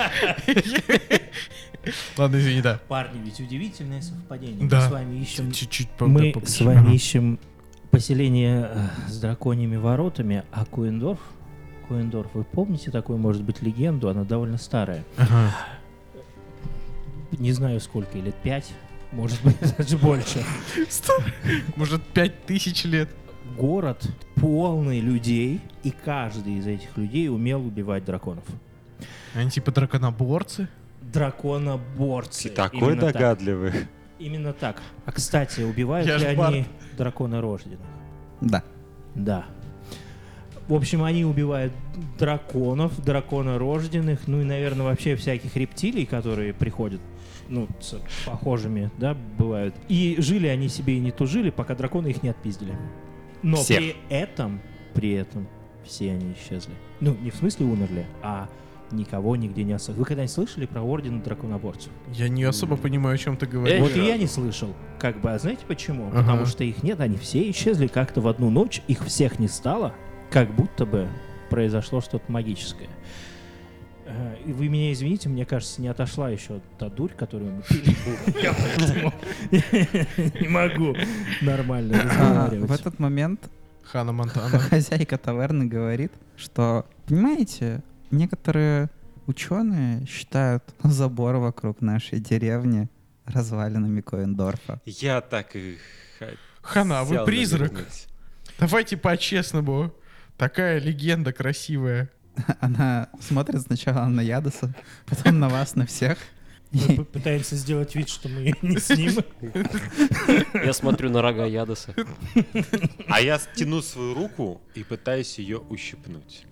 C: Ладно, извини, да.
B: Парни, ведь удивительное совпадение.
C: Да.
B: Мы с вами ищем...
C: Чуть-чуть по-
B: Мы
C: по-
B: с
C: Ага.
B: вами ищем поселение э, с драконьими воротами, а Куэндорф... Куэндорф, вы помните такую, может быть, легенду? Она довольно старая.
C: Ага.
B: Не знаю сколько, лет пять, может быть, даже больше.
C: Сто- Может, пять тысяч лет?
B: Город полный людей, и каждый из этих людей умел убивать драконов.
C: Они типа драконоборцы?
B: Драконоборцы.
A: Ты такой
B: Именно так.
A: догадливый.
B: Именно так. А, кстати, убивают
C: Я
B: ли
C: ж
B: они драконорожденных?
D: Да.
B: Да. В общем, они убивают драконов, драконорожденных, ну и, наверное, вообще всяких рептилий, которые приходят, ну, с похожими, да, бывают. И жили они себе и не тужили, пока драконы их не отпиздили. Но
A: Всех.
B: при этом, при этом все они исчезли. Ну, не в смысле умерли, а никого нигде не осталось. Вы когда-нибудь слышали про орден драконоборцев?
C: Я не особо понимаю, о чем ты говоришь.
B: Вот и
F: ни
B: я
F: разу.
B: не слышал. Как бы, а знаете почему?
C: Ага.
B: Потому что их нет, они все исчезли как-то в одну ночь, их всех не стало, как будто бы произошло что-то магическое. Э, И вы меня извините, мне кажется, не отошла еще та дурь, которую мы пили. Я поэтому не могу нормально
D: А,
B: разговаривать.
D: в этот момент
C: Хана Монтана.
D: хозяйка таверны говорит, что, понимаете, некоторые ученые считают забор вокруг нашей деревни развалинами Коэндорфа.
A: Я так и хотел
C: Хана, а вы призрак?
A: завернуть.
C: Давайте по-честному. Такая легенда красивая.
D: Она смотрит сначала на Ядоса, потом на вас, на всех.
B: Мы п- пытаемся сделать вид, что мы не с ним.
F: Я смотрю на рога Ядоса.
A: А я тяну свою руку и пытаюсь ее ущипнуть.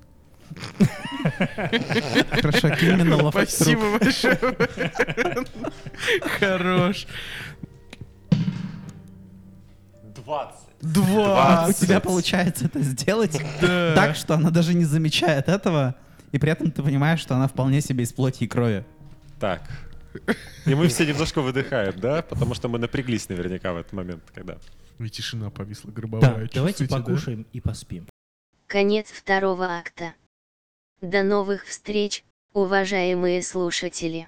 D: Хорошо, именно ловко.
C: Спасибо большое. Хорош.
A: двадцать.
D: У
C: Два.
D: тебя получается это сделать
C: Да.
D: так, что она даже не замечает этого, и при этом ты понимаешь, что она вполне себе из плоти и крови.
A: Так. И мы все немножко выдыхаем, да? Потому что мы напряглись наверняка в этот момент, когда...
C: И тишина повисла
B: Да,
C: гробовая.
B: давайте
C: Чувствуете, да?
B: покушаем и поспим.
E: Конец второго акта. До новых встреч, уважаемые слушатели.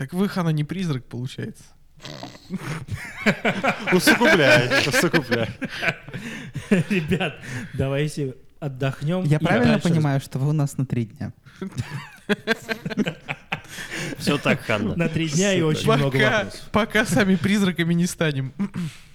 C: Так вы, Хана, не призрак, получается.
A: Усугубляй, усугубляй.
B: Ребят, давайте отдохнем.
D: Я
B: и
D: правильно
B: дальше
D: понимаю, что вы у нас на три дня?
F: Все так, Ханна.
B: На три дня и очень много
C: Пока,
B: вопросов.
C: пока сами призраками не станем.